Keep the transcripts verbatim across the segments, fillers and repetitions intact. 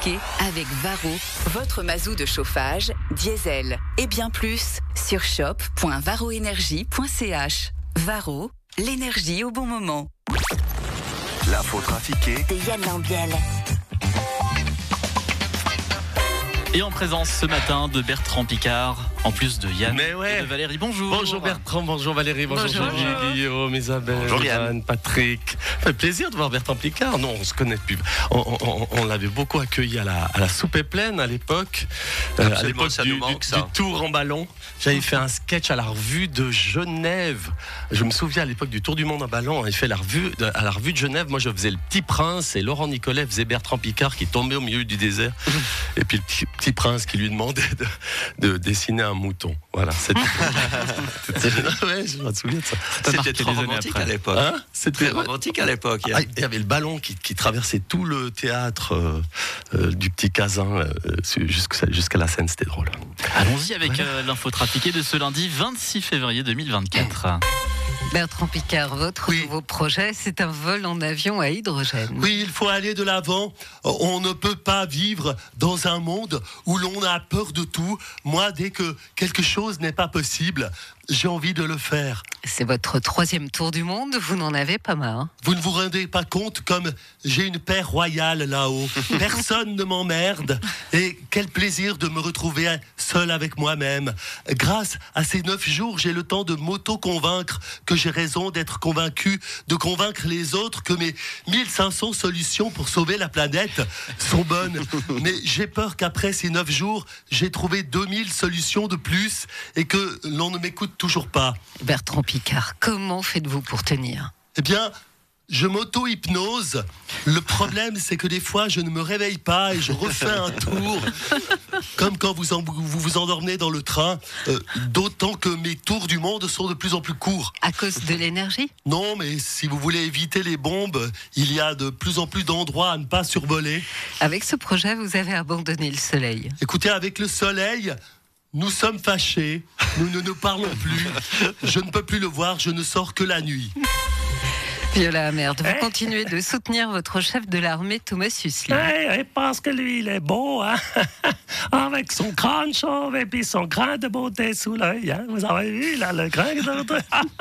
trafiquer avec Varro, votre mazou de chauffage, diesel et bien plus sur shop point varroénergie point c h. Varro, l'énergie au bon moment. L'info trafiquée de Yann Lambiel. Et en présence ce matin de Bertrand Piccard, en plus de Yann ouais. et de Valérie. Bonjour. Bonjour Bertrand, bonjour Valérie, bonjour, bonjour. Julie, Guillaume, Isabelle, bonjour Yann, Patrick. Ça fait plaisir de voir Bertrand Piccard. Non, on se connaît depuis. On, on, on l'avait beaucoup accueilli à la, à la Soupe est pleine à l'époque. Euh, à l'époque ça du, nous manque, du, ça. du tour en ballon. J'avais fait un sketch à la revue de Genève. Je me souviens à l'époque du Tour du Monde en ballon. On avait fait la revue, à la revue de Genève. Moi, je faisais le Petit Prince et Laurent Nicolet faisait Bertrand Piccard qui tombait au milieu du désert. Et puis le petit, petit Prince qui lui demandait de, de dessiner un mouton. Voilà. C'était... ouais, je me souviens de ça. C'était très romantique à l'époque. Hein C'était très romantique à l'époque. Ah, il y avait le ballon qui, qui traversait tout le théâtre euh, euh, du Petit Casin euh, jusqu'à, jusqu'à la scène. C'était drôle. Allons-y avec voilà. euh, l'info trafiquée de ce lundi vingt-six février deux mille vingt-quatre. Bertrand Piccard, votre oui. nouveau projet, c'est un vol en avion à hydrogène. Oui, il faut aller de l'avant. On ne peut pas vivre dans un monde où l'on a peur de tout. Moi, dès que quelque chose n'est pas possible, j'ai envie de le faire. C'est votre troisième tour du monde, vous n'en avez pas marre. Vous ne vous rendez pas compte comme j'ai une paix royale là-haut. Personne ne m'emmerde. Et quel plaisir de me retrouver seul avec moi-même. Grâce à ces neuf jours, j'ai le temps de m'auto-convaincre que j'ai raison d'être convaincu, de convaincre les autres que mes mille cinq cents solutions pour sauver la planète sont bonnes. Mais j'ai peur qu'après ces neuf jours, j'ai trouvé deux mille solutions de plus et que l'on ne m'écoute toujours pas. Bertrand Piccard, comment faites-vous pour tenir ? Eh bien, je m'auto-hypnose. Le problème, c'est que des fois, je ne me réveille pas et je refais un tour. Comme quand vous en, vous, vous endormez dans le train. Euh, d'autant que mes tours du monde sont de plus en plus courts. À cause de l'énergie ? Non, mais si vous voulez éviter les bombes, il y a de plus en plus d'endroits à ne pas survoler. Avec ce projet, vous avez abandonné le soleil. Écoutez, avec le soleil... Nous sommes fâchés, nous ne nous parlons plus, je ne peux plus le voir, je ne sors que la nuit. Viola Amerde, vous continuez de soutenir votre chef de l'armée, Thomas Susli. Oui, parce que lui, il est beau, hein? Avec son crâne chauve et puis son grain de beauté sous l'œil. Hein? Vous avez vu, là, le grain de beauté?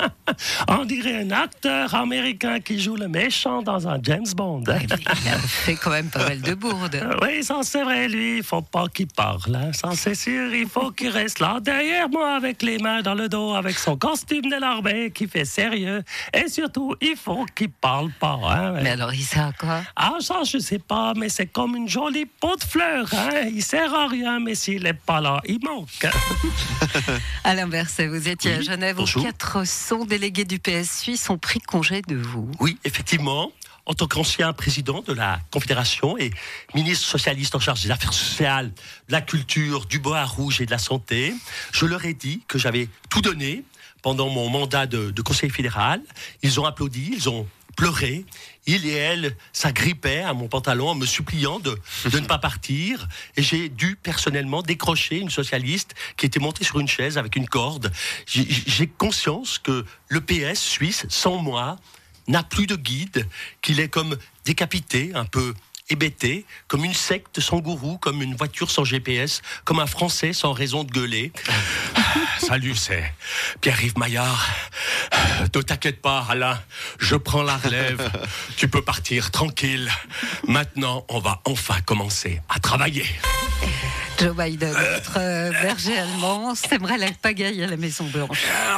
On dirait un acteur américain qui joue le méchant dans un James Bond. Hein? Il a fait quand même pas mal de bourdes. Oui, ça c'est vrai, lui, il ne faut pas qu'il parle. Hein? Ça c'est sûr, il faut qu'il reste là, derrière moi, avec les mains dans le dos, avec son costume de l'armée qui fait sérieux. Et surtout, il faut qu'il parle pas. Hein? Mais alors, il sert à quoi? Ah, ça, je sais pas, mais c'est comme une jolie pot de fleurs. Hein? Il sert à rien, mais s'il n'est pas là, il manque. Alain Berset, vous étiez oui, à Genève où quatre cents délégués du P S Suisse ont pris congé de vous. Oui, effectivement. En tant qu'ancien président de la Confédération et ministre socialiste en charge des affaires sociales, de la culture, du bois rouge et de la santé, je leur ai dit que j'avais tout donné pendant mon mandat de, de conseiller fédéral. Ils ont applaudi, ils ont pleuré. Il et elle s'agrippaient à mon pantalon en me suppliant de, de ne pas partir. Et j'ai dû personnellement décrocher une socialiste qui était montée sur une chaise avec une corde. J'ai, j'ai conscience que le P S suisse, sans moi, n'a plus de guide, qu'il est comme décapité, un peu hébété, comme une secte sans gourou, comme une voiture sans G P S, comme un Français sans raison de gueuler. Salut, c'est Pierre-Yves Maillard. Ne t'inquiète pas, Alain, je prends la relève. Tu peux partir tranquille. Maintenant, on va enfin commencer à travailler. Joe Biden, votre berger allemand, sèmerait la pagaille à la Maison-Blanche.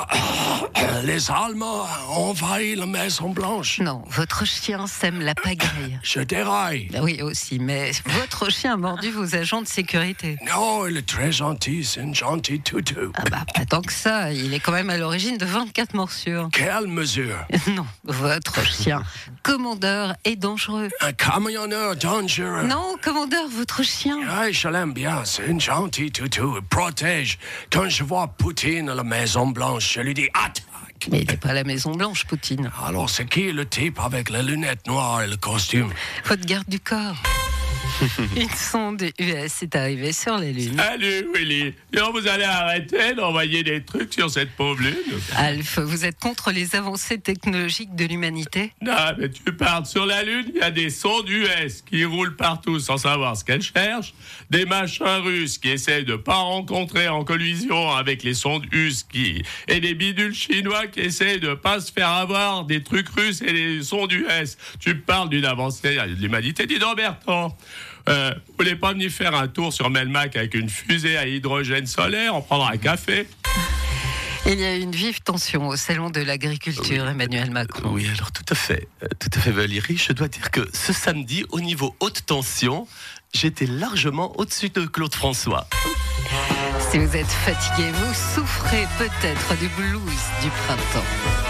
Les Allemands ont envahi la Maison-Blanche. Non, votre chien sème la pagaille. Je déraille. Oui, aussi, mais votre chien a mordu vos agents de sécurité. Non, il est très gentil, c'est un gentil toutou. Ah bah, pas tant que ça, il est quand même à l'origine de vingt-quatre morsures. Quelle mesure? Non, votre chien, commandeur, est dangereux. Un camionneur dangereux? Non, commandeur, votre chien. Oui, je l'aime bien. C'est un gentil toutou, il protège. Quand je vois Poutine à la Maison-Blanche, je lui dis « Attaque !» Mais il n'est pas à la Maison-Blanche, Poutine. Alors c'est qui le type avec les lunettes noires et le costume? Votre garde du corps. Une sonde U S est arrivée sur la Lune. Salut Willy. Non, vous allez arrêter d'envoyer des trucs sur cette pauvre Lune. Alf, vous êtes contre les avancées technologiques de l'humanité ? Non, mais tu parles sur la Lune, il y a des sondes U S qui roulent partout sans savoir ce qu'elles cherchent, des machins russes qui essayent de pas rencontrer en collision avec les sondes U S qui... et des bidules chinois qui essayent de pas se faire avoir des trucs russes et des sondes U S. Tu parles d'une avancée de l'humanité, dis donc Bertrand. Euh, vous voulez pas venir faire un tour sur Melmac avec une fusée à hydrogène solaire, on prendra un café? Il y a une vive tension au salon de l'agriculture, oui. Emmanuel Macron. Oui, alors tout à fait, euh, tout à fait Valérie. Je dois dire que ce samedi, au niveau haute tension, j'étais largement au-dessus de Claude François. Si vous êtes fatigué, vous souffrez peut-être du blues du printemps.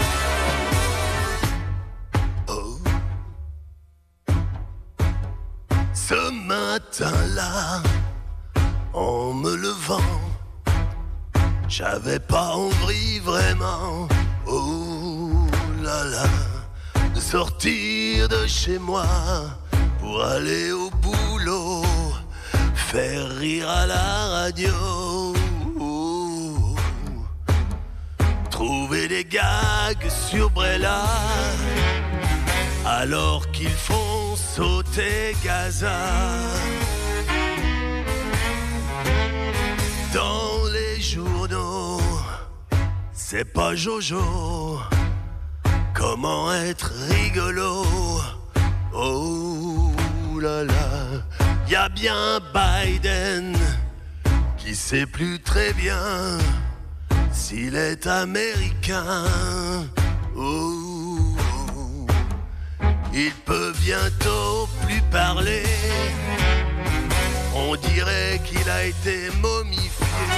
Ce matin-là, en me levant, j'avais pas envie vraiment, oh là là, de sortir de chez moi pour aller au boulot, faire rire à la radio, oh, trouver des gags sur Brella, alors qu'ils font sauter Gaza. Dans les journaux, c'est pas Jojo. Comment être rigolo? Oh là là, y a bien Biden qui sait plus très bien s'il est américain. Oh, il peut bientôt plus parler. On dirait qu'il a été momifié.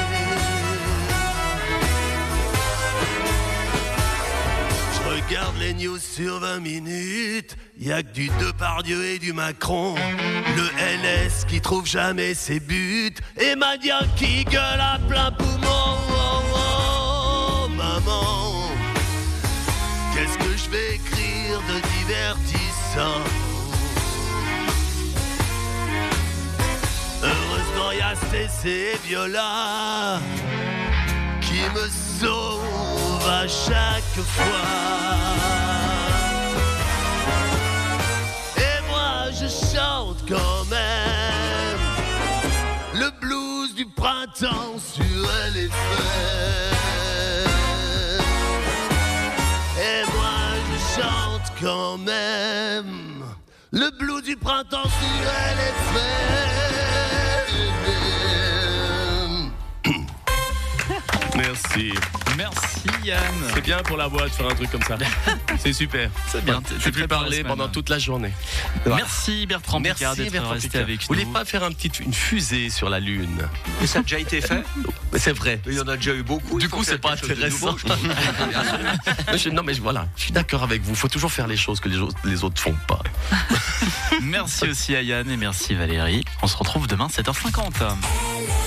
Je regarde les news sur vingt minutes. Y'a que du Depardieu et du Macron. Le L S qui trouve jamais ses buts. Et Madia qui gueule à plein poumon. Oh, oh, oh, maman, qu'est-ce que je vais écrire de divertissant? Heureusement y'a Cécé et Viola qui me sauvent à chaque fois. Et moi je chante quand même le blues du printemps sur L F M. Et moi je chante quand même le blues du printemps sur L F M. Merci. Merci Yann. C'est bien pour la voix de faire un truc comme ça. C'est super. C'est bien. Tu peux parler pendant toute la journée. Merci Bertrand Picard d'être Bertrand resté Picard. avec Vous nous. voulez pas faire un petit, une fusée sur la Lune? Mais ça a déjà été fait. C'est vrai. Il y en a déjà eu beaucoup. Du coup, c'est pas intéressant. je, non, mais je, voilà, je suis d'accord avec vous. Il faut toujours faire les choses que les autres, les autres font pas. Merci aussi à Yann et merci Valérie. On se retrouve demain sept heures cinquante.